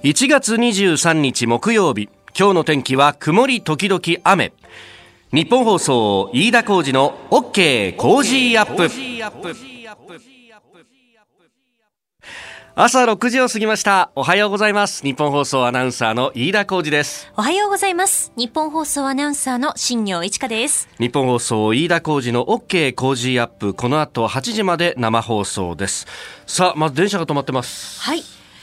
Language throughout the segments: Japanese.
1月23日木曜日、今日の天気は曇り時々雨。日本放送飯田浩司の OK コージーアップ。朝6時を過ぎました。おはようございます。日本放送アナウンサーの飯田浩司です。 おはようございます。日本放送アナウンサーの新業一華です。 日本放送飯田浩司の OK コージーアップ、この後8時まで生放送です。さあ、まず電車が止まってます。 はい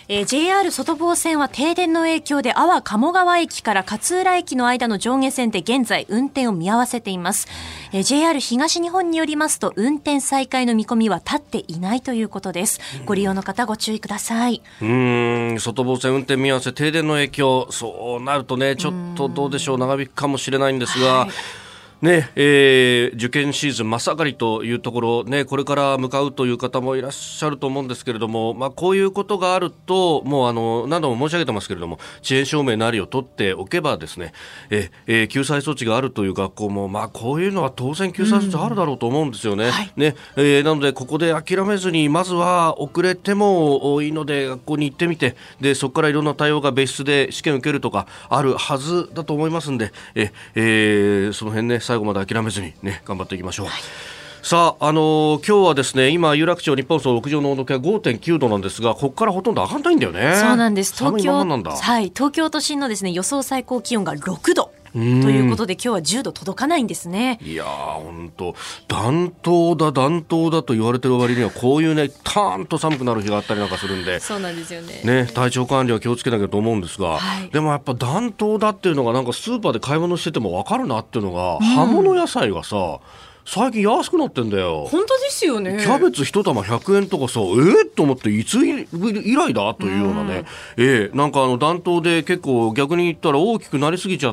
。JR 外房線は停電の影響で安房鴨川駅から勝浦駅の間の上下線で現在運転を見合わせています。JR 東日本によりますと運転再開の見込みは立っていないということです。ご利用の方ご注意ください。 外房線運転見合わせ、停電の影響、そうなるとね、ちょっとどうでしょう、長引くかもしれないんですが、はいね受験シーズン真っ盛りというところ、ね、これから向かうという方もいらっしゃると思うんですけれども、こういうことがあるともう何度も申し上げてますけれども、遅延証明なりを取っておけばですね、救済措置があるという学校も、こういうのは当然救済措置あるだろうと思うんですよね。はいねなのでここで諦めずに、まずは遅れてもいいので学校に行ってみて、でそこからいろんな対応が別室で試験を受けるとかあるはずだと思いますんで、その辺ね、最後まで諦めずに、ね、頑張っていきましょう。はい、さあ、今日はですね、今有楽町日本放送屋上の温度計は 5.9 度なんですが、ここからほとんど上がらないんだよね。 そうなんです。 寒いままなんだ。 はい、東京都心のですね、予想最高気温が6度ということで、今日は10度届かないんですね。 いやー、本当暖冬だと言われてる割には、こういうね、ターンと寒くなる日があったりなんかするんで、 そうなんですよね。 体調管理は気をつけなきゃと思うんですが、はい、でもやっぱ暖冬だっていうのが、なんかスーパーで買い物してても分かるなっていうのが、葉物野菜がさ、最近安くなってんだよ。 本当ですよね。 キャベツ一玉100円とかさ、と思って、いつ以来だというようなね、なんか暖冬で結構逆に言ったら大きくなりすぎちゃって、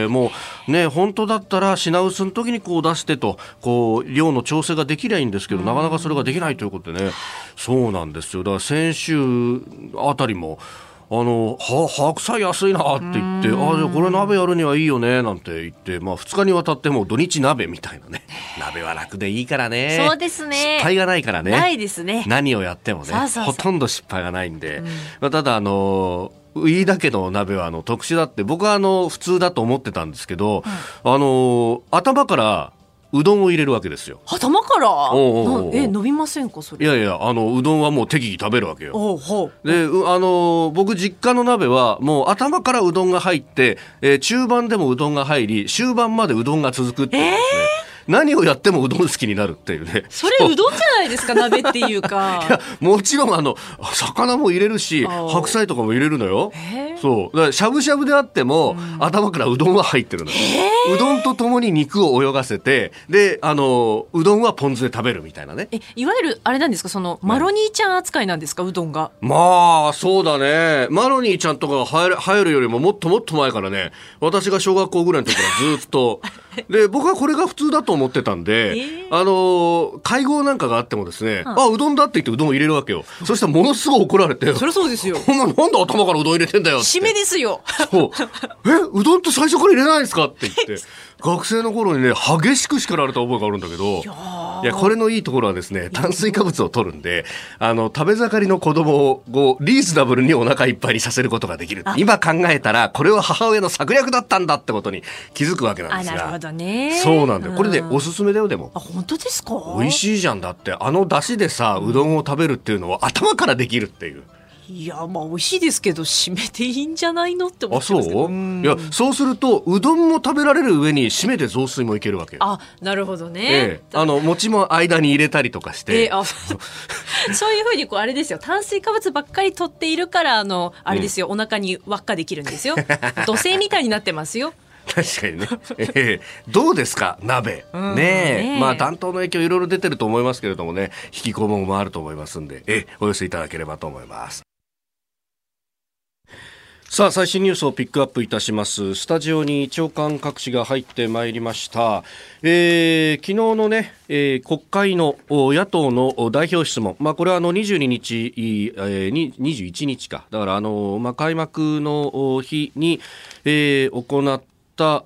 もうね、本当だったら品薄の時にこう出してと、こう量の調整ができりゃいいんですけど、なかなかそれができないということでね。そうなんですよ。だから先週あたりも白菜安いなって言って、じゃあこれ鍋やるにはいいよねなんて言って、2日にわたってもう土日鍋みたいなね。鍋は楽でいいからね。 そうですね。 失敗がないからね。 ないですね。 何をやってもね、 そうほとんど失敗がないんで、ただ飯田家の鍋は特殊だって、僕は普通だと思ってたんですけど、頭からうどんを入れるわけですよ。 頭から伸びませんかそれ。 いやいや、うどんはもう適宜食べるわけよ。で僕実家の鍋はもう頭からうどんが入って、中盤でもうどんが入り、終盤までうどんが続くっていうですね、何をやってもうどん好きになるっていうね。 それうどんじゃないですか鍋っていうか。 いや、もちろん魚も入れるし、白菜とかも入れるのよ。そうだからしゃぶしゃぶであっても、頭からうどんは入ってるのよ。うどんとともに肉を泳がせて、でうどんはポン酢で食べるみたいなね。 いわゆるあれなんですか、そのマロニーちゃん扱いなんですか、うどんが。 そうだね。マロニーちゃんとかが入るよりももっともっと前からね、私が小学校ぐらいの時からずっとで僕はこれが普通だと思ってたんで、会合なんかがあってもですね、うどんだって言ってうどんを入れるわけよ。そしたらものすごい怒られて、 そりゃそうですよ。 なんで頭からうどん入れてんだよって。 締めですよ。 そううどんって最初から入れないんですかって言って学生の頃にね、激しく叱られた覚えがあるんだけど、いやこれのいいところはですね、炭水化物を取るんで、食べ盛りの子供をリーズナブルにお腹いっぱいにさせることができる。今考えたらこれは母親の策略だったんだってことに気づくわけなんですが。 なるほどね。 そうなんだよ。これでおすすめだよ。でも本当ですか。 美味しいじゃん。だって出汁でさ、うどんを食べるっていうのを頭からできるっていう。 いや、美味しいですけど締めていいんじゃないのって思ってますけど。 いや、そうするとうどんも食べられる上に締めて雑炊もいけるわけ。 なるほどね。 餅も間に入れたりとかして、 そういうふうにあれですよ、炭水化物ばっかり取っているからあれですよ、お腹に輪っかできるんですよ。土星みたいになってますよ。 確かにね、どうですか鍋、暖冬の影響いろいろ出てると思いますけれどもね、引きこももあると思いますんで、お寄せいただければと思います。さあ、最新ニュースをピックアップいたします。スタジオに長官各紙が入ってまいりました。昨日のね、国会の野党の代表質問、これは22日、21日か、だから開幕の日に、行った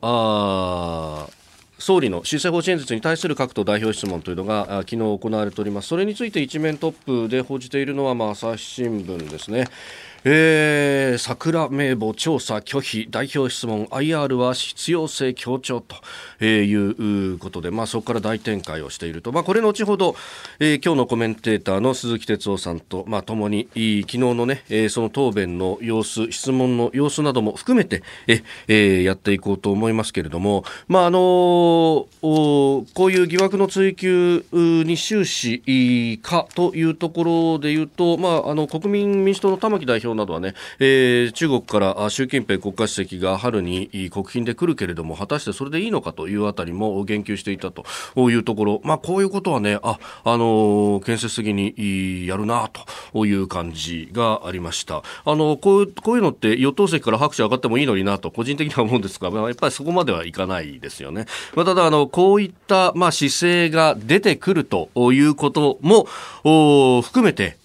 総理の施政方針演説に対する各党代表質問というのが昨日行われております。それについて一面トップで報じているのは朝日新聞ですね。 桜名簿調査拒否代表質問 IR は必要性強調ということで、そこから大展開をしていると、これ後ほど、今日のコメンテーターの鈴木哲夫さんと、共に昨日のね、その答弁の様子、質問の様子なども含めてやっていこうと思いますけれども、こういう疑惑の追及に終始かというところでいうと、国民民主党の玉木代表などはね、中国から習近平国家主席が春に国賓で来るけれども果たしてそれでいいのかというあたりも言及していたというところ、こういうことはね、建設的にやるなという感じがありました。こういうのって与党席から拍手上がってもいいのになと個人的には思うんですが、やっぱりそこまではいかないですよね。ただこういった、姿勢が出てくるということも含めて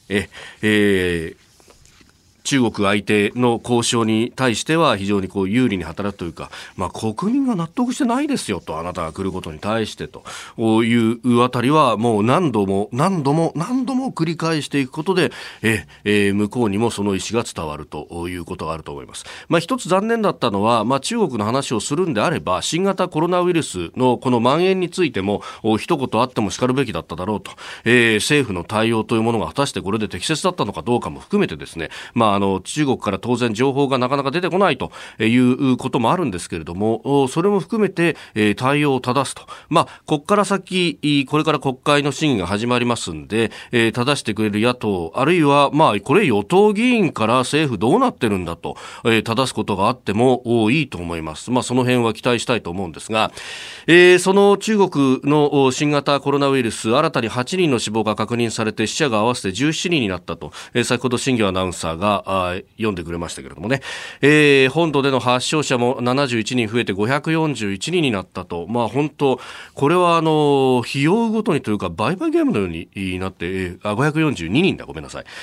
中国相手の交渉に対しては非常に有利に働くというか、国民が納得してないですよと、あなたが来ることに対してというあたりはもう何度も繰り返していくことで向こうにもその意思が伝わるということがあると思います。一つ残念だったのは、中国の話をするんであれば新型コロナウイルスのこの蔓延についても一言あっても叱るべきだっただろうと、政府の対応というものが果たしてこれで適切だったのかどうかも含めてですね、中国から当然情報がなかなか出てこないということもあるんですけれども、それも含めて対応を正すと、ここから先これから国会の審議が始まりますんで、正してくれる野党あるいはこれ与党議員から政府どうなってるんだと正すことがあってもいいと思います。その辺は期待したいと思うんですが、その中国の新型コロナウイルス新たに8人の死亡が確認されて死者が合わせて17人になったと、先ほど新業アナウンサーが読んでくれましたけれどもね、本土での発症者も71人増えて541人になったと、本当これは日を追うごとにというか売買ゲームのようになって、542人だ、ごめんなさい、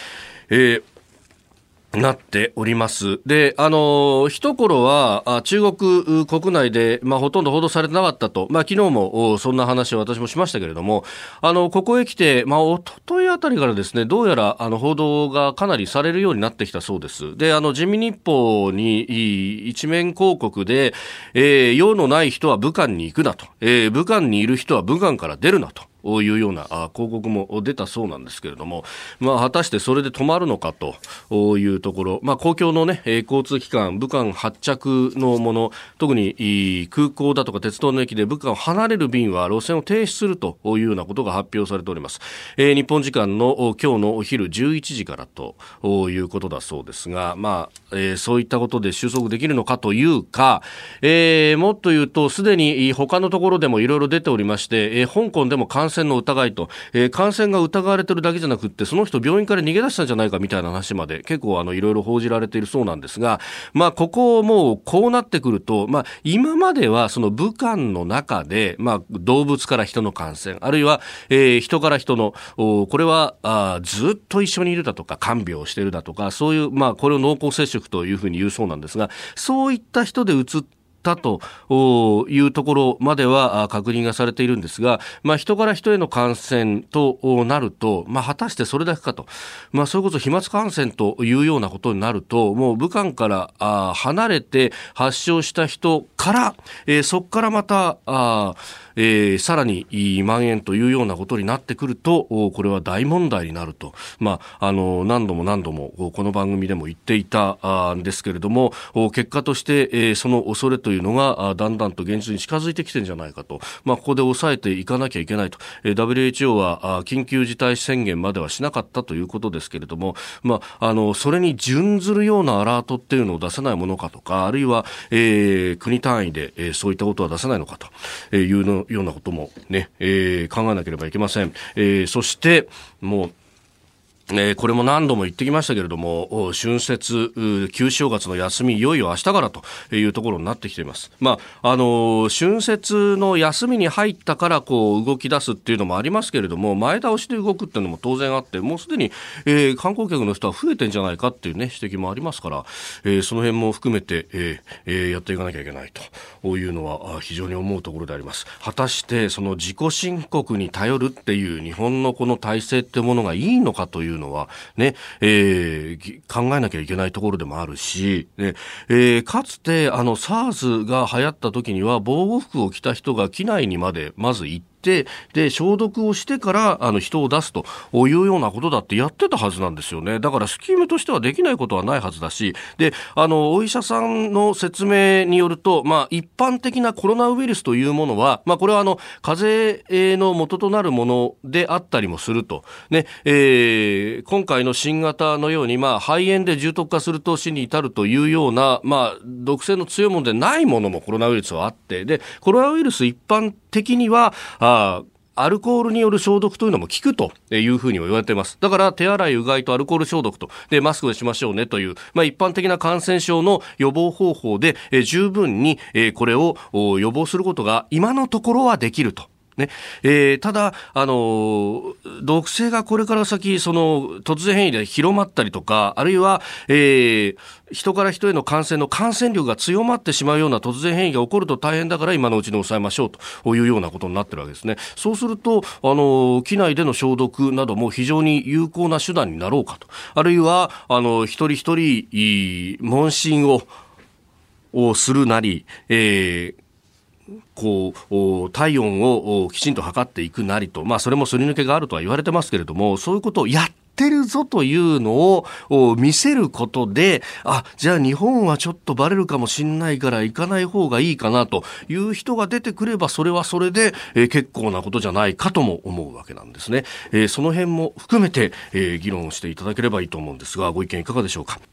なっております。で、一頃は中国国内で、ほとんど報道されてなかったと、昨日もそんな話を私もしましたけれども、ここへ来て、一昨日あたりからですね、どうやら報道がかなりされるようになってきたそうです。で、人民日報に一面広告で、用のない人は武漢に行くなと、武漢にいる人は武漢から出るなというような広告も出たそうなんですけれども、果たしてそれで止まるのかというところ、公共のね、交通機関、武漢発着のもの、特に空港だとか鉄道の駅で武漢を離れる便は路線を停止するというようなことが発表されております。日本時間の今日のお昼11時からということだそうですが、そういったことで収束できるのかというか、もっと言うとすでに他のところでもいろいろ出ておりまして、香港でも感染の疑いと、感染が疑われているだけじゃなくってその人病院から逃げ出したんじゃないかみたいな話まで結構いろいろ報じられているそうなんですが、ここもうこうなってくると、今まではその武漢の中で、動物から人の感染あるいは、人から人のこれはずっと一緒にいるだとか看病しているだとかそういう、これを濃厚接触というふうに言うそうなんですが、そういった人で移ったというところまでは確認がされているんですが、人から人への感染となると、果たしてそれだけかと、それこそ飛沫感染というようなことになると、もう武漢から離れて発症した人から、そこからまたさらに蔓延というようなことになってくると、これは大問題になると、何度もこの番組でも言っていたんですけれども、結果として、その恐れというのがだんだんと現実に近づいてきてるんじゃないかと、ここで抑えていかなきゃいけないと、WHO は緊急事態宣言まではしなかったということですけれども、それに準ずるようなアラートっていうのを出せないものかとか、あるいは、国単位で、そういったことは出せないのかというのようなこともね、考えなければいけません。そしてもうこれも何度も言ってきましたけれども、春節旧正月の休みいよいよ明日からというところになってきています。春節の休みに入ったから動き出すっていうのもありますけれども、前倒しで動くっていうのも当然あって、もうすでに、観光客の人は増えてんじゃないかっていうね指摘もありますから、その辺も含めて、やっていかなきゃいけないというのは非常に思うところであります。果たしてその自己申告に頼るっていう日本のこの体制っていうものがいいのかといういうのはね、考えなきゃいけないところでもあるし、ね、かつてSARS が流行った時には防護服を着た人が機内にまでまず行って、で消毒をしてから人を出すというようなことだってやってたはずなんですよね。だからスキームとしてはできないことはないはずだし、でお医者さんの説明によると、一般的なコロナウイルスというものは、これは風邪の元となるものであったりもすると、ね、今回の新型のように、肺炎で重篤化すると死に至るというような、毒性の強いものでないものもコロナウイルスはあって、でコロナウイルス一般的にはアルコールによる消毒というのも効くというふうにも言われています。だから手洗いうがいとアルコール消毒とでマスクでしましょうねという、一般的な感染症の予防方法で十分にこれを予防することが今のところはできると。ね、ただ毒性がこれから先突然変異で広まったりとか、あるいは、人から人への感染の感染力が強まってしまうような突然変異が起こると大変だから今のうちに抑えましょうというようなことになってるわけですね。そうすると機内での消毒なども非常に有効な手段になろうかと、あるいは一人一人問診をするなり、体温をきちんと測っていくなりと、それもすり抜けがあるとは言われてますけれども、そういうことをやってるぞというのを見せることで、じゃあ日本はちょっとバレるかもしれないから行かない方がいいかなという人が出てくれば、それはそれで結構なことじゃないかとも思うわけなんですね。その辺も含めて議論をしていただければいいと思うんですが、ご意見いかがでしょうか。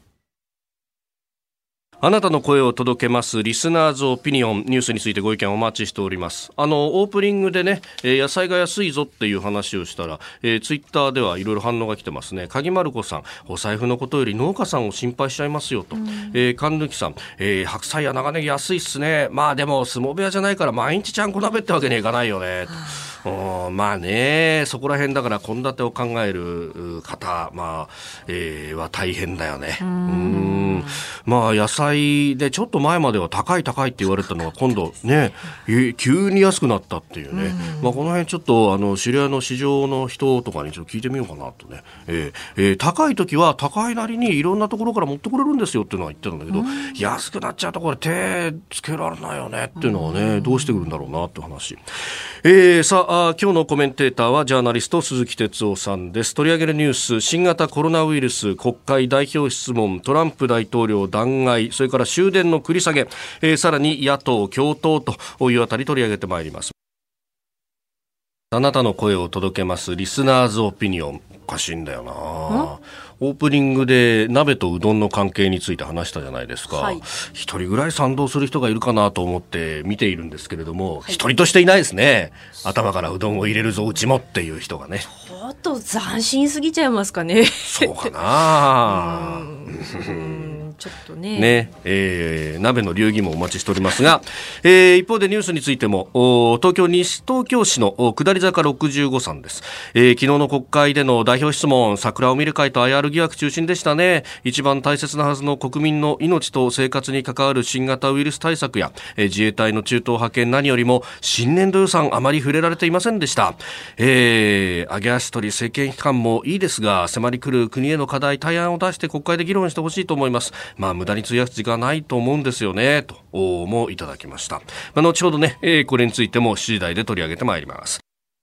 あなたの声を届けますリスナーズオピニオン、ニュースについてご意見お待ちしております。オープニングでね、野菜が安いぞっていう話をしたら、ツイッターではいろいろ反応が来てますね。鍵丸子さん、お財布のことより農家さんを心配しちゃいますよと。神抜さん、白菜や長ネギ安いっすね。でも相撲部屋じゃないから毎日ちゃんこ鍋ってわけにはいかないよねと。そこら辺だから献立を考える方、は大変だよね。野菜でちょっと前までは高いって言われたのが今度ね、急に安くなったっていうね。この辺ちょっと知り合いの市場の人とかにちょっと聞いてみようかなとね。高い時は高いなりにいろんなところから持ってこれるんですよっていうのは言ってたんだけど、安くなっちゃうとこれ手つけられないよねっていうのはね、どうしてくるんだろうなって話。今日のコメンテーターはジャーナリスト鈴木哲夫さんです。取り上げるニュース、新型コロナウイルス、国会代表質問、トランプ大統領弾劾、それから終電の繰り下げ、さらに野党共闘というあたり取り上げてまいります。あなたの声を届けますリスナーズオピニオン、おかしいんだよな。オープニングで鍋とうどんの関係について話したじゃないですか。一人ぐらい賛同する人がいるかなと思って見ているんですけれども、一人としていないですね。頭からうどんを入れるぞうちもっていう人がね。 ちょっと斬新すぎちゃいますかね。 そうかな。 ちょっとね。 鍋の流儀もお待ちしておりますが、一方でニュースについても東京西東京市の下り坂65さんです。昨日の国会での代表質問、桜を見る会と IR 疑惑中心でしたね。一番大切なはずの国民の命と生活に関わる新型ウイルス対策や、自衛隊の中東派遣、何よりも新年度予算あまり触れられていませんでした。上げ足取り政権批判もいいですが、迫り来る国への課題、対案を出して国会で議論してほしいと思います。無駄に費やす時間はないと思うんですよねともいただきました。後ほどね、これについても7時台で取り上げてまいります。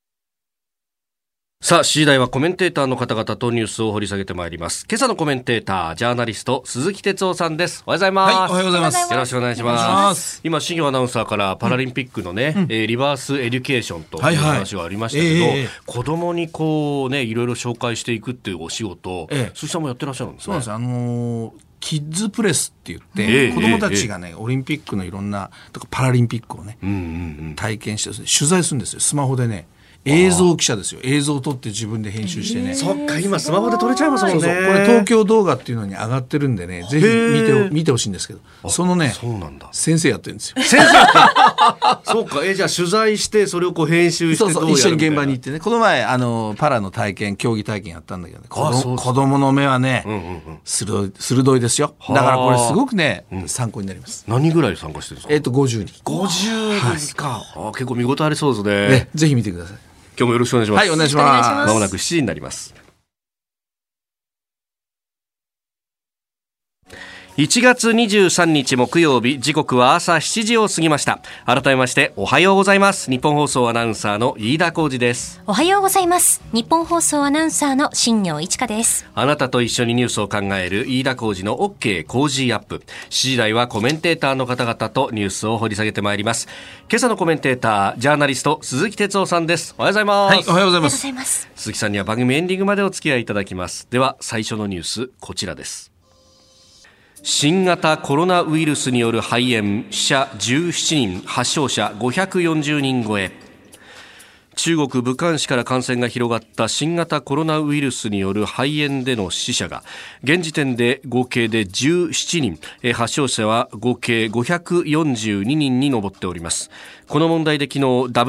さあ、7時台はコメンテーターの方々とニュースを掘り下げてまいります。今朝のコメンテーター、ジャーナリスト鈴木哲夫さんです。おはようございます。 おはようございます。 よろしくお願いします。今、新業アナウンサーからパラリンピックのね、リバースエデュケーションという話がありましたけど、子供にいろいろ紹介していくっていうお仕事、鈴木さんもやってらっしゃるんですね。 そうなんです。キッズプレスって言って、子供たちがね、オリンピックのいろんなとかパラリンピックをね、体験してですね、取材するんですよ。スマホでね、映像記者ですよ。映像を撮って自分で編集してね。 そっか、今スマホで撮れちゃいますもんね。 これ東京動画っていうのに上がってるんでね、ぜひ見てほしいんですけど、そのね、先生やってるんですよ。 先生そうか。じゃあ取材してそれを編集してどうやるみたいな。 一緒に現場に行ってね。この前パラの競技体験やったんだけどね、子供の目はね、鋭いですよ。だからこれすごくね、参考になります。 何ぐらい参加してるんですか ？50人。 50ですか。結構見応えありそうですね。 ぜひ見てください。 今日もよろしくお願いします。 はい、お願いします。 まもなく7時になります。 1月23日木曜日、時刻は朝7時を過ぎました。改めましておはようございます。日本放送アナウンサーの飯田浩司です。 おはようございます。日本放送アナウンサーの新業一華です。 あなたと一緒にニュースを考える飯田浩司の OK 工事アップ。7時台はコメンテーターの方々とニュースを掘り下げてまいります。今朝のコメンテーター、ジャーナリスト鈴木哲夫さんです。おはようございます。 はい、おはようございます。 鈴木さんには番組エンディングまでお付き合いいただきます。では最初のニュース、こちらです。新型コロナウイルスによる肺炎、死者17人、発症者540人超え。中国武漢市から感染が広がった新型コロナウイルスによる肺炎での死者が現時点で合計で17人、発症者は合計542人に上っております。この問題で昨日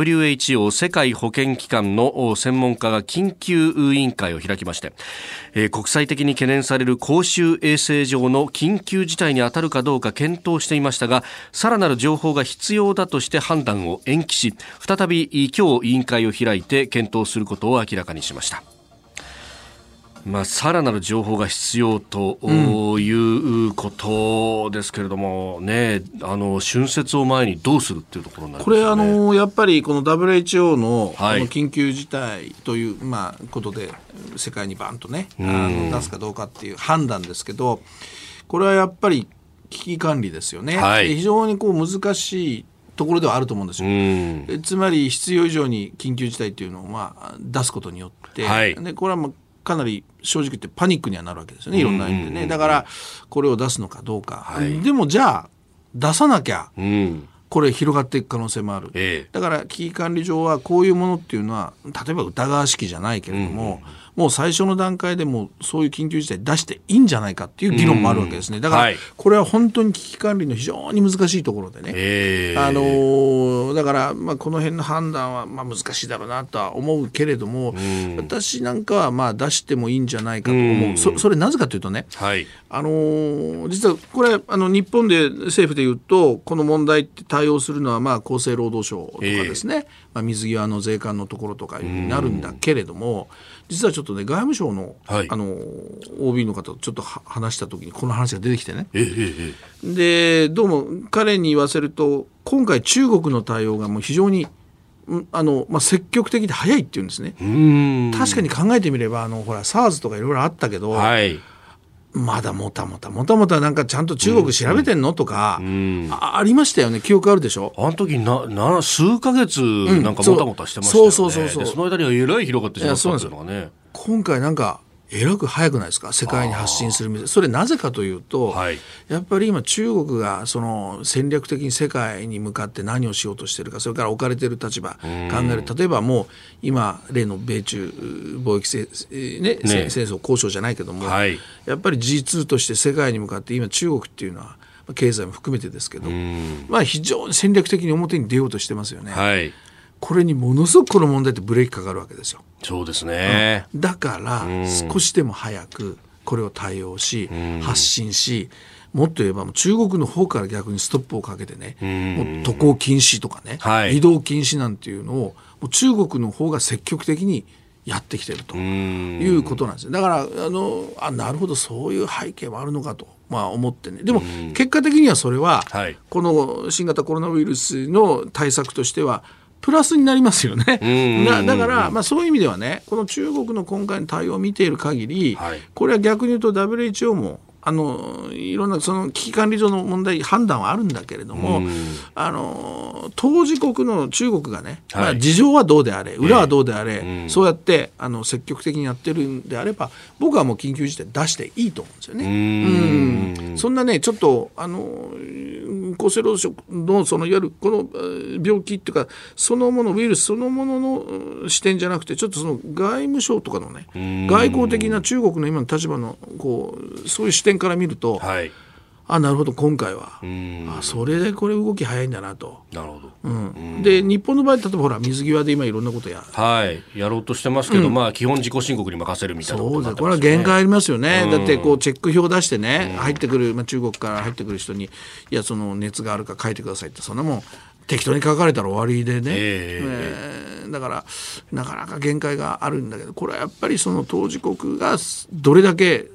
WHO 世界保健機関の専門家が緊急委員会を開きまして、国際的に懸念される公衆衛生上の緊急事態に当たるかどうか検討していましたが、さらなる情報が必要だとして判断を延期し、再び今日委員会を開いて検討することを明らかにしました。さらなる情報が必要ということですけれどもね、春節を前にどうするっていうところになりますよね。 これやっぱりこの WHO の緊急事態という、ことで世界にバンとね、出すかどうかっていう判断ですけど、これはやっぱり危機管理ですよね、非常に難しいところではあると思うんですよ。つまり必要以上に緊急事態というのを出すことによって、でこれはかなり正直言ってパニックにはなるわけですよね、いろんな意味でね。だからこれを出すのかどうか、でもじゃあ出さなきゃ、これ広がっていく可能性もある、だから危機管理上はこういうものっていうのは例えば疑わしきじゃないけれども、もう最初の段階でもうそういう緊急事態出していいんじゃないかっていう議論もあるわけですね。だからこれは本当に危機管理の非常に難しいところでね、だからこの辺の判断は難しいだろうなとは思うけれども、私なんかは出してもいいんじゃないかと思う。それなぜかというとね、実はこれ日本で政府でいうとこの問題って対応するのは厚生労働省とかですね、水際の税関のところとかになるんだけれども、実はちょっとね外務省の、OB の方とちょっと話した時にこの話が出てきてね、でどうも彼に言わせると今回中国の対応がもう非常に積極的で早いっていうんですね。確かに考えてみればほら SARS とかいろいろあったけど、まだもたもたなんかちゃんと中国調べてんのとか、ありましたよね。記憶あるでしょ。 あの時数ヶ月なんかもたもたしてましたよね。その間にはえらい広がってしまったっていうのがね。 今回なんかえらく早くないですか、世界に発信する店。それなぜかというと、やっぱり今中国がその戦略的に世界に向かって何をしようとしているか、それから置かれている立場考える。例えばもう今例の米中貿易戦争交渉じゃないけども、やっぱり G2 として世界に向かって今中国っていうのは経済も含めてですけど、非常に戦略的に表に出ようとしてますよね。これにものすごくこの問題ってブレーキかかるわけですよ。 そうですね。 だから少しでも早くこれを対応し、発信し、もっと言えばもう中国の方から逆にストップをかけてね、もう渡航禁止とかね、移動禁止なんていうのをもう中国の方が積極的にやってきてるということなんですよ。だからなるほど、そういう背景もあるのかと思ってね。でも結果的にはそれは、この新型コロナウイルスの対策としてはプラスになりますよね。だからそういう意味ではね、この中国の今回の対応を見ている限り、これは逆に言うと WHO もいろんなその危機管理上の問題判断はあるんだけれども、当事国の中国がね、事情はどうであれ裏はどうであれ、そうやって積極的にやってるんであれば、僕はもう緊急事態出していいと思うんですよね。そんなねちょっと厚生労働省のそのいわゆるこの病気っていうかそのものウイルスそのものの視点じゃなくて、ちょっとその外務省とかのね外交的な中国の今の立場のそういう視点から見ると、なるほど今回はそれでこれ動き早いんだなと。 なるほど。 で日本の場合例えばほら水際で今いろんなことやろうとしてますけど、基本自己申告に任せるみたいなことになってますね。 これは限界ありますよね。だってチェック表出してね、入ってくる、中国から入ってくる人にいやその熱があるか書いてくださいって、そんなもん適当に書かれたら終わりでね、だからなかなか限界があるんだけど、これはやっぱりその当事国がどれだけ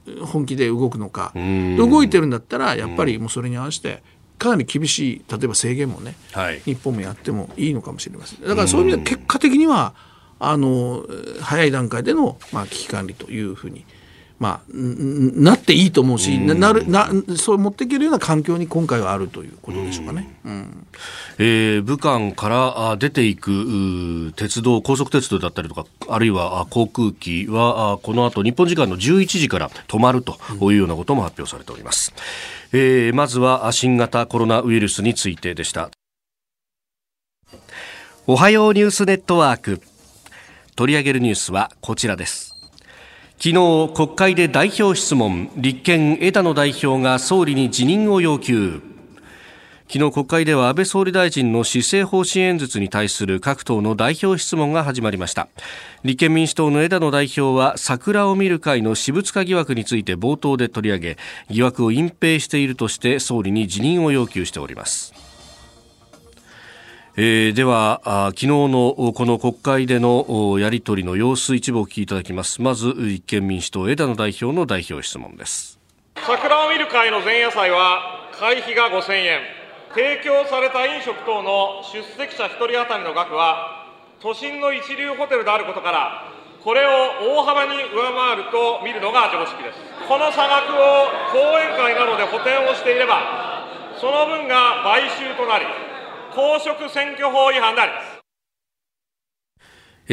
本気で動くのか、動いてるんだったらやっぱりもうそれに合わせてかなり厳しい例えば制限もね、日本もやってもいいのかもしれません。だからそういう意味で結果的には早い段階での、危機管理というふうに、なっていいと思うし、そう持っていけるような環境に今回はあるということでしょうかね。 武漢から出ていく鉄道、高速鉄道だったりとか、あるいは航空機はこの後日本時間の11時から止まるというようなことも発表されております。まずは新型コロナウイルスについてでした。おはようニュースネットワーク、取り上げるニュースはこちらです。昨日国会で代表質問、立憲枝野代表が総理に辞任を要求。昨日国会では安倍総理大臣の施政方針演説に対する各党の代表質問が始まりました。立憲民主党の枝野代表は桜を見る会の私物化疑惑について冒頭で取り上げ、疑惑を隠蔽しているとして総理に辞任を要求しております。では昨日のこの国会でのやり取りの様子、一部お聞きいただきます。まず立憲民主党枝野代表の代表質問です。 桜を見る会の前夜祭は会費が5000円、提供された飲食等の出席者1人当たりの額は都心の一流ホテルであることから、これを大幅に上回ると見るのが常識です。この差額を講演会などで補填をしていれば、その分が買収となり公職選挙法違反であります。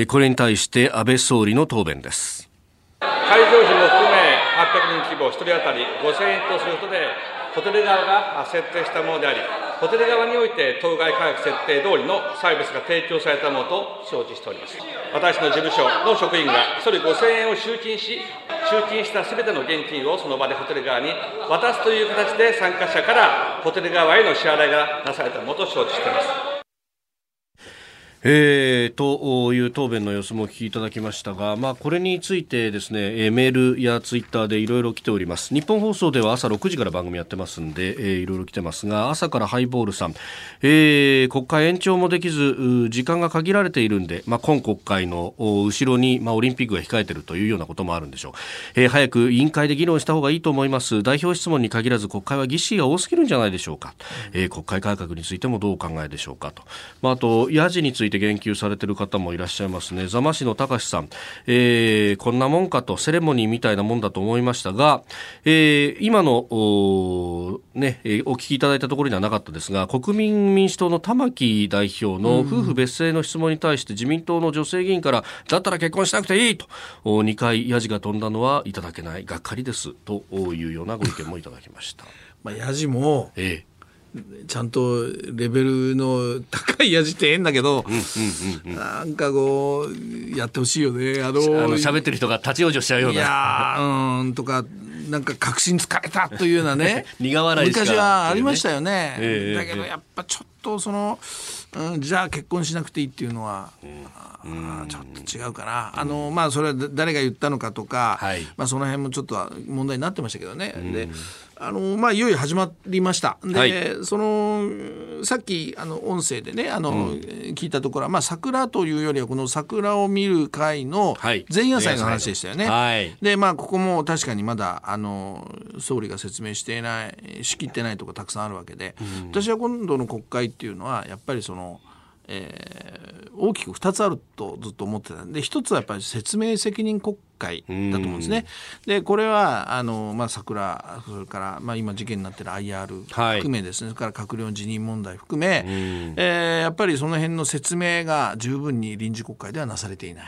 これに対して安倍総理の答弁です。 会場費も含め800人規模1人当たり5000円とすることでホテル側が設定したものであり、ホテル側において当該価格設定通りのサービスが提供されたものと承知しております。私の事務所の職員が1人5000円を集金したすべての現金をその場でホテル側に渡すという形で参加者からホテル側への支払いがなされたものと承知しています。 という答弁の様子もお聞きいただきましたが、これについてですね、メールやツイッターでいろいろ来ております。日本放送では朝6時から番組やってますんで、いろいろ来てますが、朝からハイボールさん、国会延長もできず時間が限られているんで、今国会の後ろに、オリンピックが控えているというようなこともあるんでしょう。早く委員会で議論した方がいいと思います。代表質問に限らず国会は議事が多すぎるんじゃないでしょうか。国会改革についてもどうお考えでしょうかと。あとヤジについて言及されている方もいらっしゃいますね。座間市の高橋さん、こんなもんかと、セレモニーみたいなもんだと思いましたが、今のお聞きいただいたところにはなかったですが、国民民主党の玉木代表の夫婦別姓の質問に対して自民党の女性議員から、だったら結婚しなくていいと2回ヤジが飛んだのはいただけない、がっかりですというようなご意見もいただきました。 ヤジも、ちゃんとレベルの高いやじって変だけど、なんかこうやってほしいよね。 喋ってる人が立ち往生しちゃうような、 とか、なんか確信疲れたというようなね苦笑いしか、 昔はありましたよね。だけどやっぱちょっとじゃあ結婚しなくていいっていうのは、ちょっと違うかな。それは誰が言ったのかとか、その辺もちょっと問題になってましたけどね。でいよいよ始まりました。で、さっき音声でね聞いたところは、桜というよりはこの桜を見る会の前夜祭の話でしたよね。でここも確かにまだ総理が説明していない仕切ってないところたくさんあるわけで、私は今度の国会っていうのはやっぱり大きく2つあるとずっと思ってたんで、1つはやっぱり説明責任国会だと思うんですね。でこれは桜、それから今事件になっている IR 含めですね、それから閣僚の辞任問題含め、やっぱりその辺の説明が十分に臨時国会ではなされていない。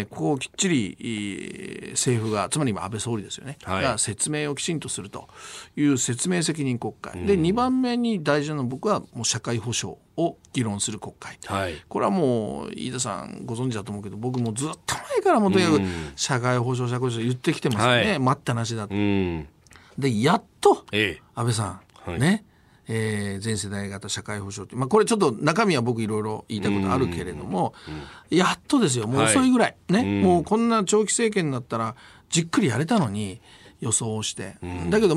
ここをきっちり政府が、つまり今安倍総理ですよね、が説明をきちんとするという説明責任国会で、2番目に大事なのは僕はもう社会保障を議論する国会、これはもう飯田さんご存知だと思うけど、僕もずっと前からもとにかく社会保障言ってきてますよね。待ったなしだと。でやっと安倍さん、全世代型社会保障って、これちょっと中身は僕いろいろ言いたいことあるけれども、やっとですよ。もう遅いぐらい、もうこんな長期政権になったらじっくりやれたのに予想をして、だけど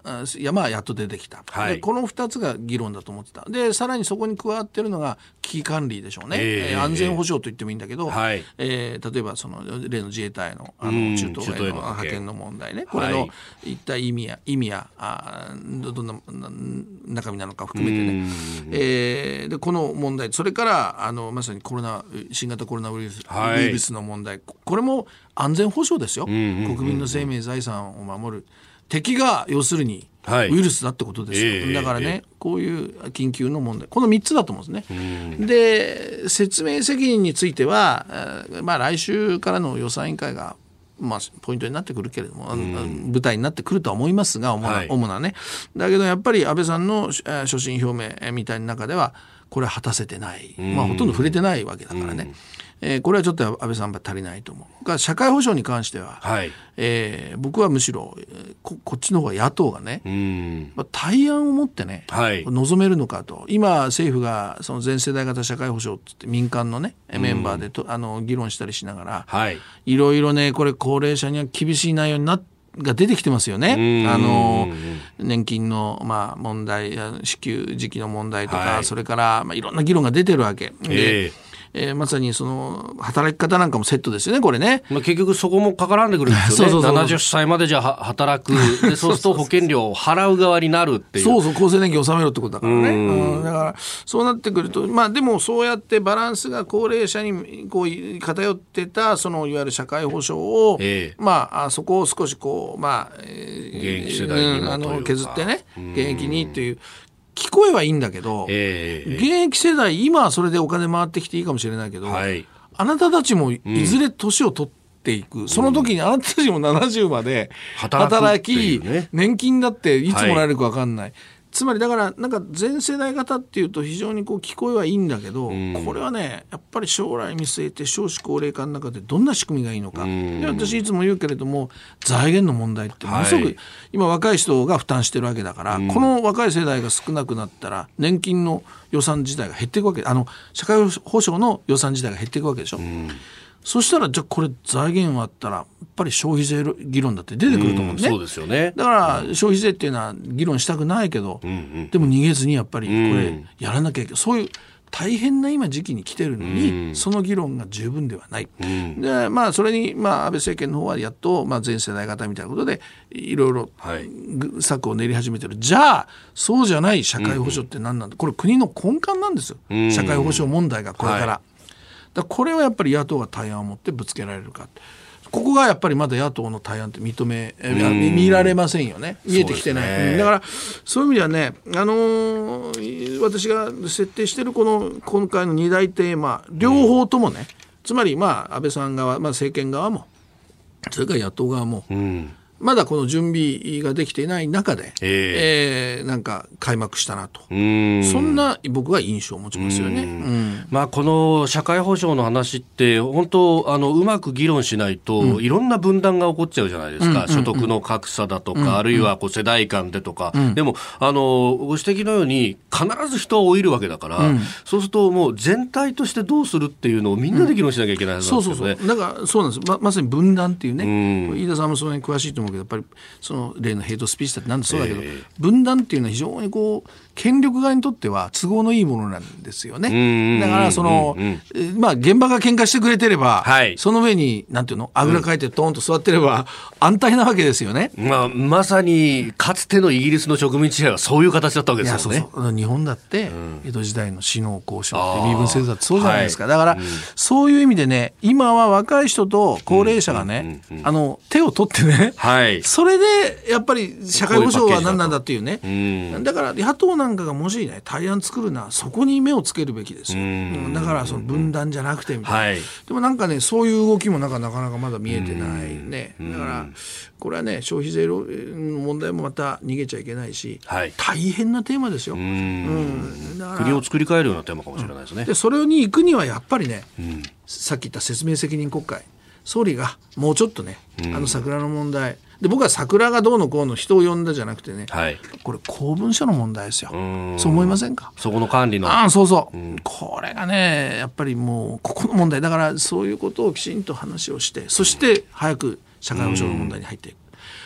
山はやっと出てきた、 はい、 でこの2つが議論だと思ってた。でさらにそこに加わってるのが危機管理でしょうね、安全保障と言ってもいいんだけど、 はい、 例えばその例の自衛隊の、中東への派遣の問題ね、これの一体意味やどんな中身なのか含めてね、でこの問題、それからまさに新型コロナウイルスの問題、これも安全保障ですよ、国民の生命財産を守る。敵が要するにウイルスだってことですよ、だからね、こういう緊急の問題、この3つだと思うんですね。で説明責任については、来週からの予算委員会がポイントになってくるけれども、舞台になってくるとは思いますが、主なね、だけどやっぱり安倍さんの所信表明みたいな中ではこれは果たせてない、ほとんど触れてないわけだからね、これはちょっと安倍さんは足りないと思うが、社会保障に関しては、僕はむしろこっちの方が野党がね、対案を持ってね、望めるのかと。今政府がその全世代型社会保障って民間のねメンバーで議論したりしながら、いろいろね、これ高齢者には厳しい内容が出てきてますよね。年金の問題、支給時期の問題とか、それからいろんな議論が出てるわけで、まさにその働き方なんかもセットですよね、これね。 結局そこもかからんでくるんですよね。70歳までじゃ働くで、そうすると保険料を払う側になるっていう。 厚生年金を納めろってことだからね。だからそうなってくると、でもそうやってバランスが高齢者にこう偏ってたそのいわゆる社会保障を、そこを少し現役世代に削ってね、現役にという聞こえはいいんだけど、現役世代今はそれでお金回ってきていいかもしれないけど、あなたたちもいずれ年を取っていく、その時にあなたたちも70まで働き、年金だっていつもらえるか分かんない、つまりだからなんか全世代型っていうと非常に聞こえはいいんだけど、これはねやっぱり将来見据えて少子高齢化の中でどんな仕組みがいいのか、で私いつも言うけれども、財源の問題ってものすごく、今若い人が負担してるわけだから、この若い世代が少なくなったら年金の予算自体が減っていくわけ、社会保障の予算自体が減っていくわけでしょ。そしたらじゃあこれ財源あったらやっぱり消費税議論だって出てくると思うんね。 そうですよね。 だから消費税っていうのは議論したくないけど、でも逃げずにやっぱりこれやらなきゃいけない、そういう大変な今時期に来てるのに、その議論が十分ではない。でそれに安倍政権の方はやっと全世代型みたいなことでいろいろ策を練り始めてる。じゃあそうじゃない社会保障って何なんだ、これ国の根幹なんですよ、社会保障問題がこれから。これはやっぱり野党が対案を持ってぶつけられるか、ここがやっぱりまだ野党の対案って見られませんよね、見えてきてない、だからそういう意味ではね、私が設定している今回の2大テーマ両方ともね、つまり安倍さん側、政権側もそれから野党側も、まだこの準備ができていない中で、なんか開幕したなと、そんな僕は印象を持ちますよね。 この社会保障の話って本当うまく議論しないと、いろんな分断が起こっちゃうじゃないですか、所得の格差だとか、あるいは世代間でとか、でもご指摘のように必ず人は老いるわけだから、そうするともう全体としてどうするっていうのをみんなで議論しなきゃいけないはずなんですよね。 だからそうなんです、まさに分断っていうね、飯田さんもその辺詳しいと思うけど、やっぱりその例のヘイトスピーチだってなんでそうだけど、分断っていうのは非常に権力側にとっては都合のいいものなんですよね。だから現場が喧嘩してくれてれば、その上になんていうの、あぐらかいてトーンと座ってれば安泰なわけですよね。 まさにかつてのイギリスの植民地支配はそういう形だったわけですよね。 日本だって江戸時代の死の交渉って身分制度だってそうじゃないですか。だからそういう意味でね、今は若い人と高齢者がね、手を取ってね、それでやっぱり社会保障は何なんだっていうね、だから野党なんかがもしね対案作るならそこに目をつけるべきですよ。だからその分断じゃなくてみたいな、でもなんかねそういう動きもなかなかまだ見えてないね。だからこれはね消費税の問題もまた逃げちゃいけないし、大変なテーマですよ。だから国を作り変えるようなテーマかもしれないですね。 でそれに行くにはやっぱりね、さっき言った説明責任国会、総理がもうちょっとね、桜の問題で、僕は桜がどうのこうの人を呼んだじゃなくてね、これ公文書の問題ですよ。そう思いませんか？ そこの管理のこれがねやっぱりもうここの問題だから、そういうことをきちんと話をして、そして早く社会保障の問題に入っていく。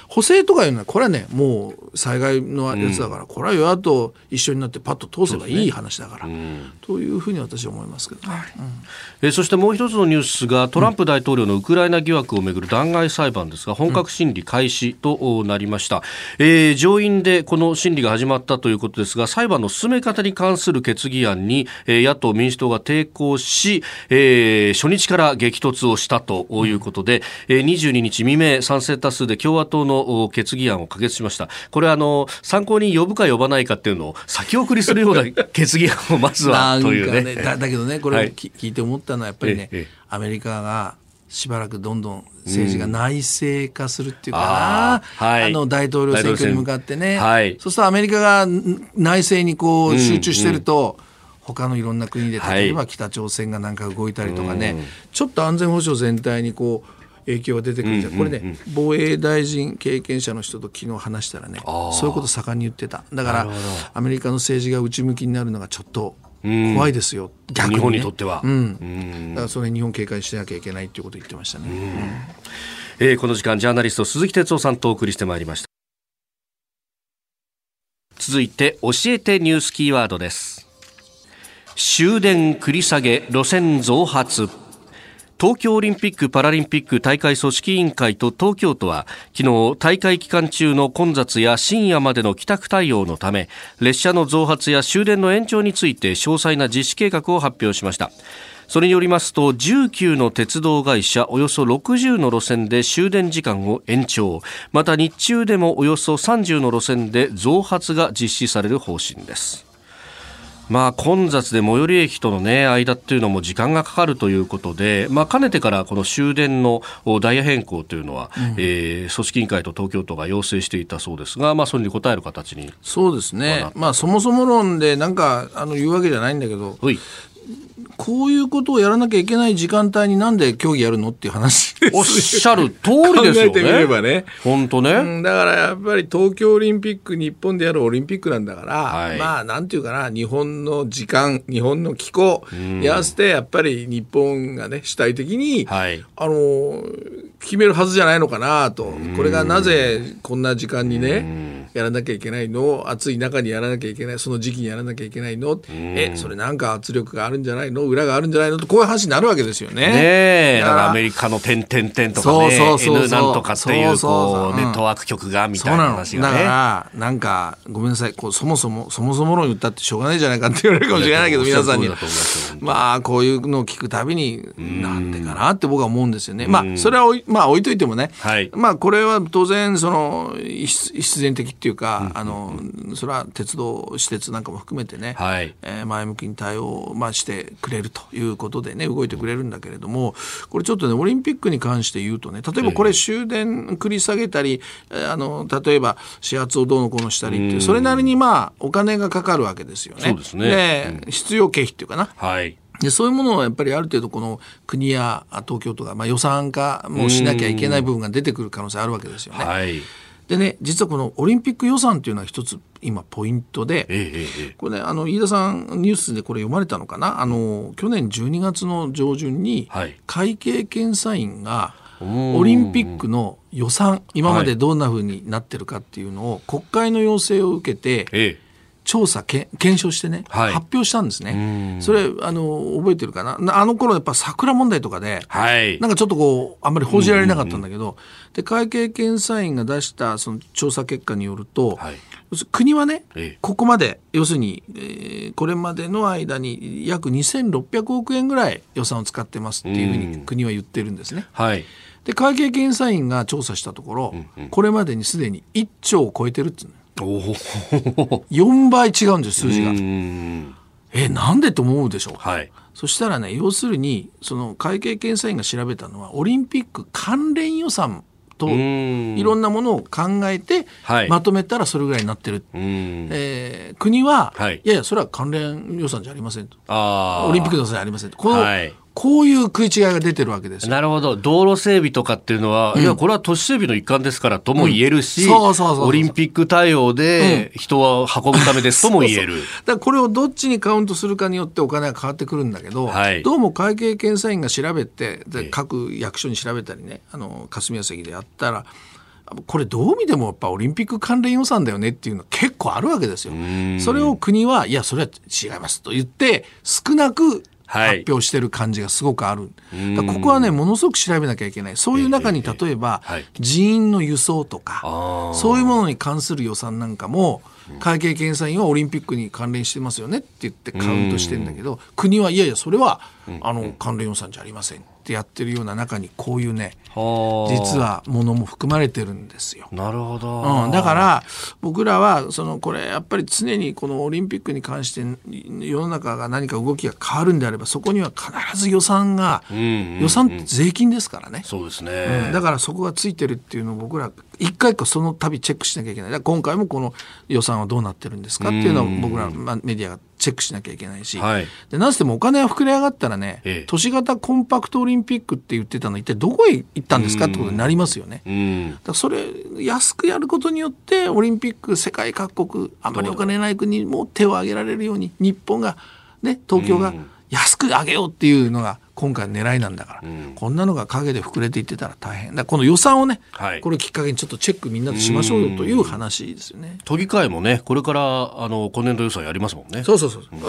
補正とかいうのはこれはねもう災害のやつだから、これは与野党一緒になってパッと通せばいい話だから、というふうに私は思いますけどね。 そしてもう一つのニュースがトランプ大統領のウクライナ疑惑をめぐる弾劾裁判ですが、本格審理開始となりました。上院でこの審理が始まったということですが、裁判の進め方に関する決議案に野党民主党が抵抗し、初日から激突をしたということで、22日未明賛成多数で共和党の決議案を可決しました。これ参考に呼ぶか呼ばないかっていうのを先送りするような決議案をまずはというね。 だけどねこれを聞いて思ったのはやっぱりね、アメリカがしばらくどんどん政治が内政化するっていうかな、大統領選挙に向かってね、そうするとアメリカが内政にこう集中してると、他のいろんな国で例えば北朝鮮がなんか動いたりとかね、ちょっと安全保障全体にこう影響が出てくるんじゃん。これね防衛大臣経験者の人と昨日話したらね、そういうこと盛んに言ってた。だからアメリカの政治が内向きになるのがちょっと怖いですよ、逆にね、 日本にとっては、 だからそれ日本警戒しなきゃいけないということを言ってましたね。 この時間ジャーナリスト鈴木哲夫さんとお送りしてまいりました。続いて教えてニュースキーワードです。終電繰り下げ路線増発。東京オリンピック・パラリンピック大会組織委員会と東京都は昨日大会期間中の混雑や深夜までの帰宅対応のため列車の増発や終電の延長について詳細な実施計画を発表しました。それによりますと19の鉄道会社およそ60の路線で終電時間を延長、また日中でもおよそ30の路線で増発が実施される方針です。混雑で最寄り駅との、間っていうのも時間がかかるということで、かねてからこの終電のダイヤ変更というのは、組織委員会と東京都が要請していたそうですが、それに応える形に。 そうですね。そもそも論でなんか言うわけじゃないんだけど、こういうことをやらなきゃいけない時間帯になんで競技やるのっていう話です。 おっしゃる通りですよね。 考えてみればね。 本当ね。 だからやっぱり東京オリンピック日本でやるオリンピックなんだから、なんていうかな、日本の時間日本の気候に合わせてやっぱり日本がね主体的に、決めるはずじゃないのかなと。これがなぜこんな時間にねやらなきゃいけないの、暑い中にやらなきゃいけない、その時期にやらなきゃいけないの、それなんか圧力があるんじゃないの、裏があるんじゃないのと、こういう話になるわけですよね。 だからアメリカの点々点とかね、N なんとかっていうネットワーク局がみたいな話がね。 だからなんかごめんなさい、そもそも論言ったってしょうがないじゃないかって言われるかもしれないけど、皆さんにこういうのを聞くたびになんでかなって僕は思うんですよね。それは置いといてもね、これは当然その必然的っていうか、それは鉄道私鉄なんかも含めてね、前向きに対応してくれるということでね動いてくれるんだけれども、これちょっとねオリンピックに関して言うとね、例えばこれ終電繰り下げたり、例えば始発をどうのこうのしたりっていう、それなりにお金がかかるわけですよね。 そうですね。 必要経費っていうかな。でそういうものをやっぱりある程度この国や東京都が予算化もしなきゃいけない部分が出てくる可能性あるわけですよね。でね、実はこのオリンピック予算というのは一つ今ポイントで、これね飯田さんニュースでこれ読まれたのかな、去年12月の上旬に会計検査院がオリンピックの予算今までどんな風になってるかっていうのを国会の要請を受けて、調査検証してね、発表したんですね。それ覚えてるかな。あの頃やっぱ桜問題とかで、なんかちょっとあんまり報じられなかったんだけど、で会計検査院が出したその調査結果によると、国はね、ここまで要するに、これまでの間に約2600億円ぐらい予算を使ってますっていうふうに国は言ってるんですね。で会計検査院が調査したところ、これまでにすでに1兆を超えてるっていうの。4倍違うんです数字が。なんでと思うでしょう。そしたらね、要するにその会計検査院が調べたのはオリンピック関連予算といろんなものを考えてまとめたらそれぐらいになってる。国は、いやいやそれは関連予算じゃありませんと、オリンピックの予算じゃありませんと、こういう食い違いが出てるわけですよ。 なるほど。道路整備とかっていうのは、いやこれは都市整備の一環ですからとも言えるし、オリンピック対応で人を運ぶためですとも言える。 だからこれをどっちにカウントするかによってお金が変わってくるんだけど、どうも会計検査院が調べて、各役所に調べたりね、霞が関でやったらこれどう見てもやっぱオリンピック関連予算だよねっていうの結構あるわけですよ。それを国はいやそれは違いますと言って少なく発表してる感じがすごくある。だからここはねものすごく調べなきゃいけない。そういう中に例えば人員の輸送とかそういうものに関する予算なんかも会計検査院はオリンピックに関連してますよねって言ってカウントしてるんだけど、国はいやいやそれは関連予算じゃありませんってやってるような中にこういうね実はものも含まれてるんですよ。 なるほど、 だから僕らはこれやっぱり常にこのオリンピックに関して世の中が何か動きが変わるんであればそこには必ず予算が、予算って税金ですからね。 そうですね、 だからそこがついてるっていうのを僕ら一回かその度チェックしなきゃいけない。だから今回もこの予算はどうなってるんですかっていうのを僕らメディアがチェックしなきゃいけないし、でなんせもお金が膨れ上がったらね、都市型コンパクトオリンピックって言ってたの一体どこへ行ったんですかってことになりますよね。だからそれ安くやることによってオリンピック世界各国あんまりお金ない国も手を挙げられるように日本がね東京が安く上げようっていうのが今回の狙いなんだから、こんなのが陰で膨れていってたら大変だからこの予算をね、これをきっかけにちょっとチェックみんなでしましょうよという話ですよね。 都議会もねこれから今年度予算やりますもんね。 そう、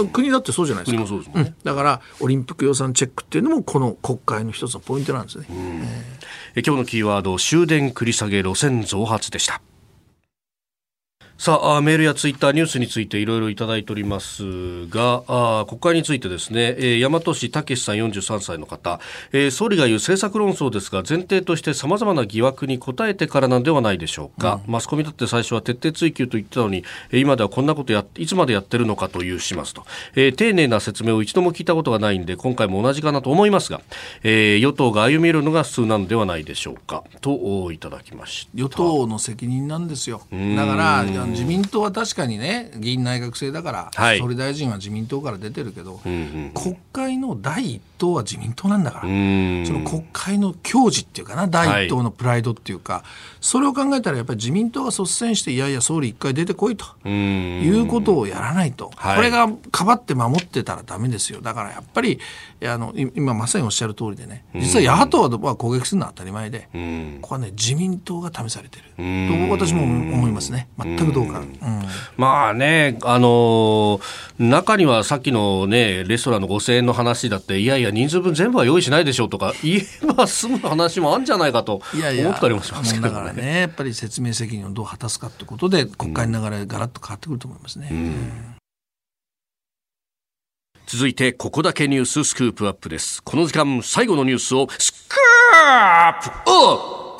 国だってそうじゃないですか。 国もそうですもんね、 だからオリンピック予算チェックっていうのもこの国会の一つのポイントなんですね。 今日のキーワード終電繰り下げ路線増発でした。さあメールやツイッターニュースについていろいろいただいておりますが国会についてですね、大和市武さん43歳の方、総理が言う政策論争ですが前提として様々な疑惑に答えてからなんではないでしょうか、マスコミだって最初は徹底追及と言ってたのに今ではこんなこといつまでやってるのかというしますと、丁寧な説明を一度も聞いたことがないんで今回も同じかなと思いますが、与党が歩み寄るのが普通なのではないでしょうかといただきました。 与党の責任なんですよ。だから自民党は確かにね議員内閣制だから、総理大臣は自民党から出てるけど、国会の第一党は自民党なんだから、その国会の矜持っていうかな第一党のプライドっていうか、それを考えたらやっぱり自民党が率先していやいや総理一回出てこいということをやらないと、これがかばって守ってたらダメですよ。だからやっぱり今まさにおっしゃる通りでね、実は野党は攻撃するのは当たり前で、ここはね自民党が試されてると私も思いますね。全くどうか、 まあね中にはさっきのねレストランの5000円の話だっていやいや人数分全部は用意しないでしょうとか言えば済む話もあるんじゃないかと思ったりもしますけどね。 だからねやっぱり説明責任をどう果たすかということで国会の流れがガラッと変わってくると思いますね。 続いてここだけニューススクープアップです。この時間最後のニュースをスクープアップ。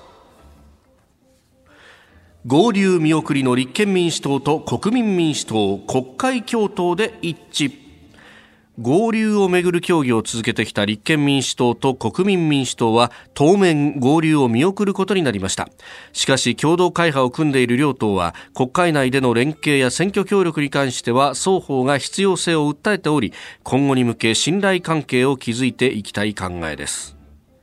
合流見送りの立憲民主党と国民民主党国会共闘で一致。合流をめぐる協議を続けてきた立憲民主党と国民民主党は当面合流を見送ることになりました。しかし共同会派を組んでいる両党は国会内での連携や選挙協力に関しては双方が必要性を訴えており、今後に向け信頼関係を築いていきたい考えです。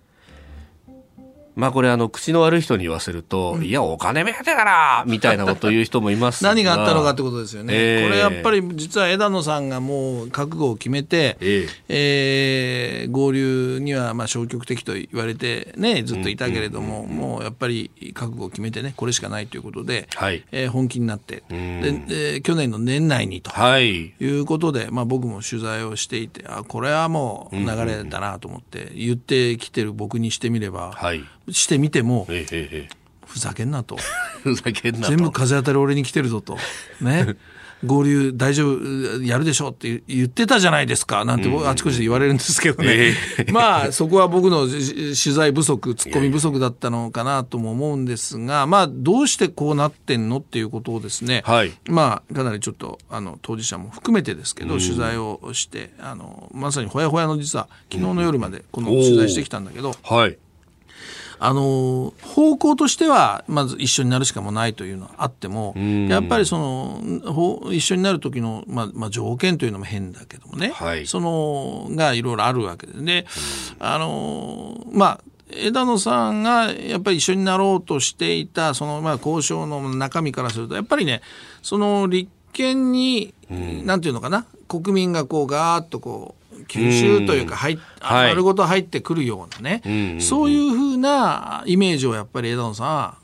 まあこれ口の悪い人に言わせると、いやお金目当てだなみたいなことを言う人もいますが何があったのかってことですよね。これやっぱり実は枝野さんがもう覚悟を決めて、合流にはまあ消極的と言われてねずっといたけれども、もうやっぱり覚悟を決めてねこれしかないということで、本気になってで去年の年内にということで、まあ僕も取材をしていてこれはもう流れだなと思って言ってきてる僕にしてみれば、してみても、ふざけんなとふざけんなと全部風当たり俺に来てるぞとね合流大丈夫やるでしょって言ってたじゃないですかなんてあちこちで言われるんですけどね、まあそこは僕の取材不足ツッコミ不足だったのかなとも思うんですが、まあどうしてこうなってんのっていうことをですね、まあかなりちょっと当事者も含めてですけど取材をしてまさにほやほやの実は昨日の夜までこの取材してきたんだけど、方向としてはまず一緒になるしかもないというのはあっても、やっぱりその一緒になる時の、まあ、条件というのも変だけどもね、そのがいろいろあるわけでね、まあ枝野さんがやっぱり一緒になろうとしていたそのまあ交渉の中身からするとやっぱりねその立憲に、なんていうのかな国民がこうガーッとこう吸収というか丸ごと入ってくるようなね、そういうふうなイメージをやっぱり枝野さんは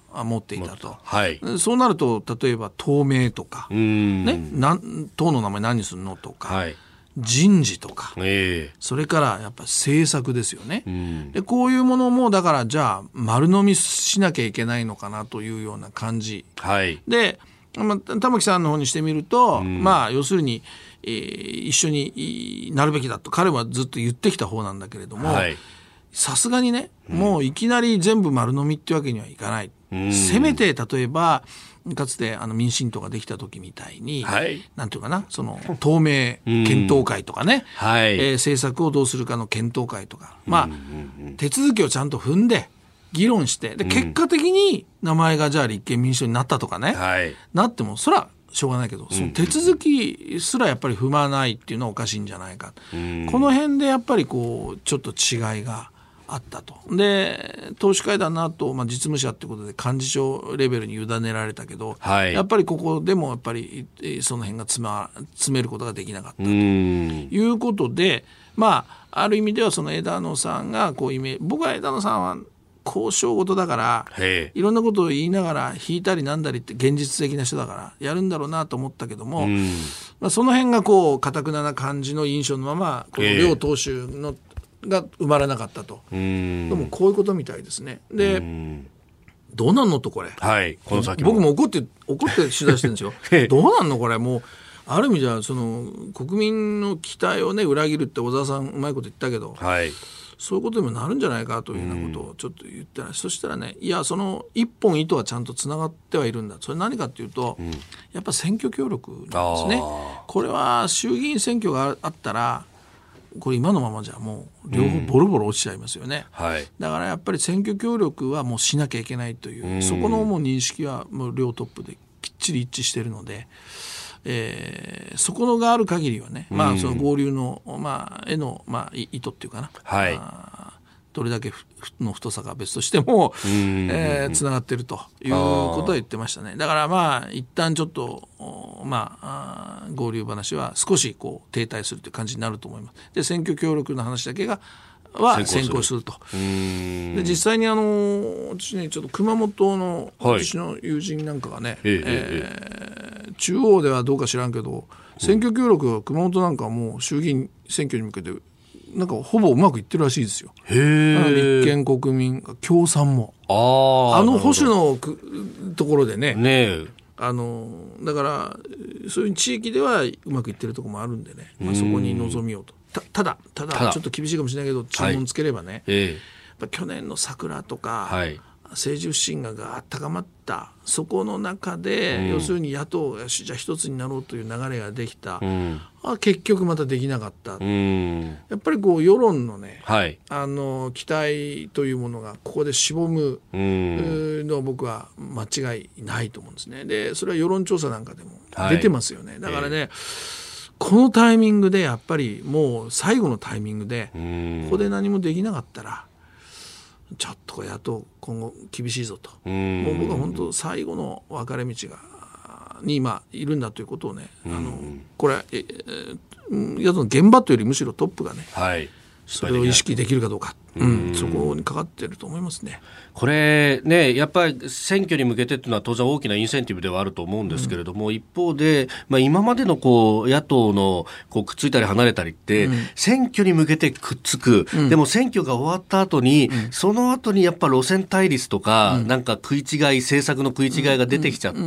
持っていたと、 はい、 そうなると例えば党名とか、ね、党の名前何するのとか、はい、人事とか、それからやっぱ政策ですよね、でこういうものもだからじゃあ丸飲みしなきゃいけないのかなというような感じ、はい、で、玉木さんの方にしてみると、要するに、一緒になるべきだと彼はずっと言ってきた方なんだけれども、さすがにね、もういきなり全部丸飲みってわけにはいかない、せめて例えばかつて民進党ができた時みたいに、はい、なんていうかな、その透明検討会とかね、政策をどうするかの検討会とか、手続きをちゃんと踏んで議論して、で結果的に名前がじゃあ立憲民主党になったとかね、なってもそらしょうがないけど、その手続きすらやっぱり踏まないっていうのはおかしいんじゃないか、この辺でやっぱりこうちょっと違いがあったと。で党首会談の後、実務者ってことで幹事長レベルに委ねられたけど、やっぱりここでもやっぱりその辺が詰めることができなかったということで、ある意味ではその枝野さんがこう僕は枝野さんは交渉事だからいろんなことを言いながら引いたりなんだりって現実的な人だからやるんだろうなと思ったけども、その辺がこう堅くな感じの印象のままこの両党首のが生まれなかったと。でもこういうことみたいですね。でどうなんのとこれ、 この先も僕も怒って取材してるんですよどうなんのこれ、もうある意味じゃその国民の期待をね裏切るって小沢さんうまいこと言ったけど、そういうことにもなるんじゃないかというようなことをちょっと言ってない、そしたらね、いやその一本糸はちゃんとつながってはいるんだ。それ何かっていうと、やっぱ選挙協力なんですね。これは衆議院選挙があったらこれ今のままじゃもう両方ボロボロ落ちちゃいますよね、だからやっぱり選挙協力はもうしなきゃいけないという、そこのもう認識はもう両トップできっちり一致しているので、そこのがある限りはね、その合流の、への、意図っていうかな、どれだけの太さかは別としてもつながっているということは言ってましたね。だから一旦ちょっと合流話は少しこう停滞するという感じになると思います。で選挙協力の話だけは先行すると。で実際に私ねちょっと熊本の私の友人なんかがね、中央ではどうか知らんけど、選挙協力は熊本なんかはもう衆議院選挙に向けてなんかほぼうまくいってるらしいですよ。立憲国民共産も保守のところでね、だからそういう地域ではうまくいってるところもあるんでね、そこに臨みようと。ただちょっと厳しいかもしれないけど注文つければね、やっぱ去年の桜とか、政治不信が高まったそこの中で、要するに野党がじゃあ一つになろうという流れができた、結局またできなかった、やっぱりこう世論のね、期待というものがここでしぼむのは僕は間違いないと思うんですね。でそれは世論調査なんかでも出てますよね、だからね、このタイミングでやっぱりもう最後のタイミングでここで何もできなかったらちょっと野党今後厳しいぞと、もう僕は本当最後の分かれ道に今いるんだということをね、これ野党の現場というよりむしろトップがね、それを意識できるかどうか、そこにかかっていると思いますね。 これね、やっぱり選挙に向けてというのは当然大きなインセンティブではあると思うんですけれども、一方で、今までのこう野党のこうくっついたり離れたりって、選挙に向けてくっつく、でも選挙が終わった後に、その後にやっぱ路線対立とか、なんか食い違い、政策の食い違いが出てきちゃって、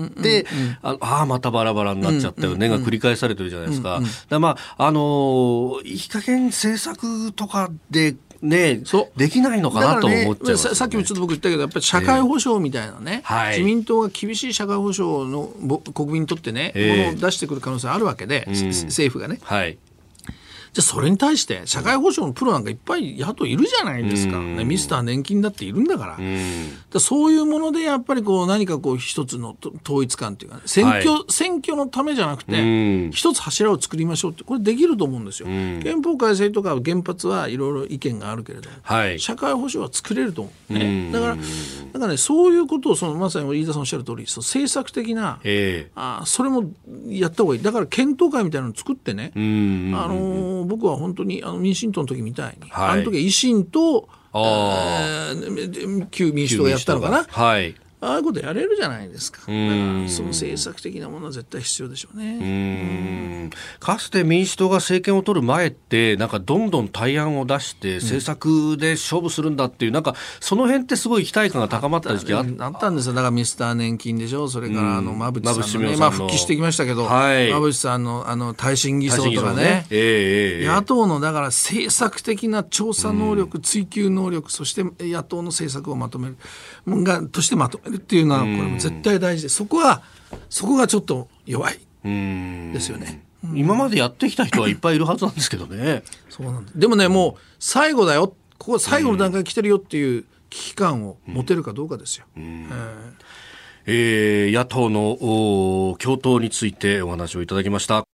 またバラバラになっちゃったよねが繰り返されてるじゃないですか。だからいい加減政策とかでできないのかなと思っちゃいます、ね。 さっきもちょっと僕言ったけど、やっぱり社会保障みたいなね、自民党が厳しい社会保障の国民にとってね、ものを出してくる可能性あるわけで、政府がね。じゃあそれに対して社会保障のプロなんかいっぱい野党いるじゃないですか、ミスター年金だっているんだから、そういうものでやっぱりこう何かこう一つの統一感というか、選挙のためじゃなくて一つ柱を作りましょうって、これできると思うんですよ。憲法改正とか原発はいろいろ意見があるけれども、社会保障は作れると思う、だからね、そういうことをまさに飯田さんおっしゃる通り、政策的な、それもやった方がいい。だから検討会みたいなのを作ってね、僕は本当に民進党の時みたいに、あの時は維新と旧民主党がやったのかな、 ああいうことやれるじゃないですか。だからその政策的なものは絶対必要でしょうね。 かつて民主党が政権を取る前ってなんかどんどん対案を出して政策で勝負するんだっていう、なんかその辺ってすごい期待感が高まった時期あったんですよ。だからミスター年金でしょ、それから馬淵さんのね、復帰してきましたけど、 はい、 馬淵さんの耐震偽装とかね、野党のだから政策的な調査能力、追求能力、そして野党の政策をまとめるとしてまとめるっていうのはこれも絶対大事で、そこがちょっと弱いですよね。 今までやってきた人はいっぱいいるはずなんですけどね。 そうなんだ。でもね、もう最後だよ、ここ最後の段階来てるよっていう危機感を持てるかどうかですよ。 野党の共闘についてお話をいただきました。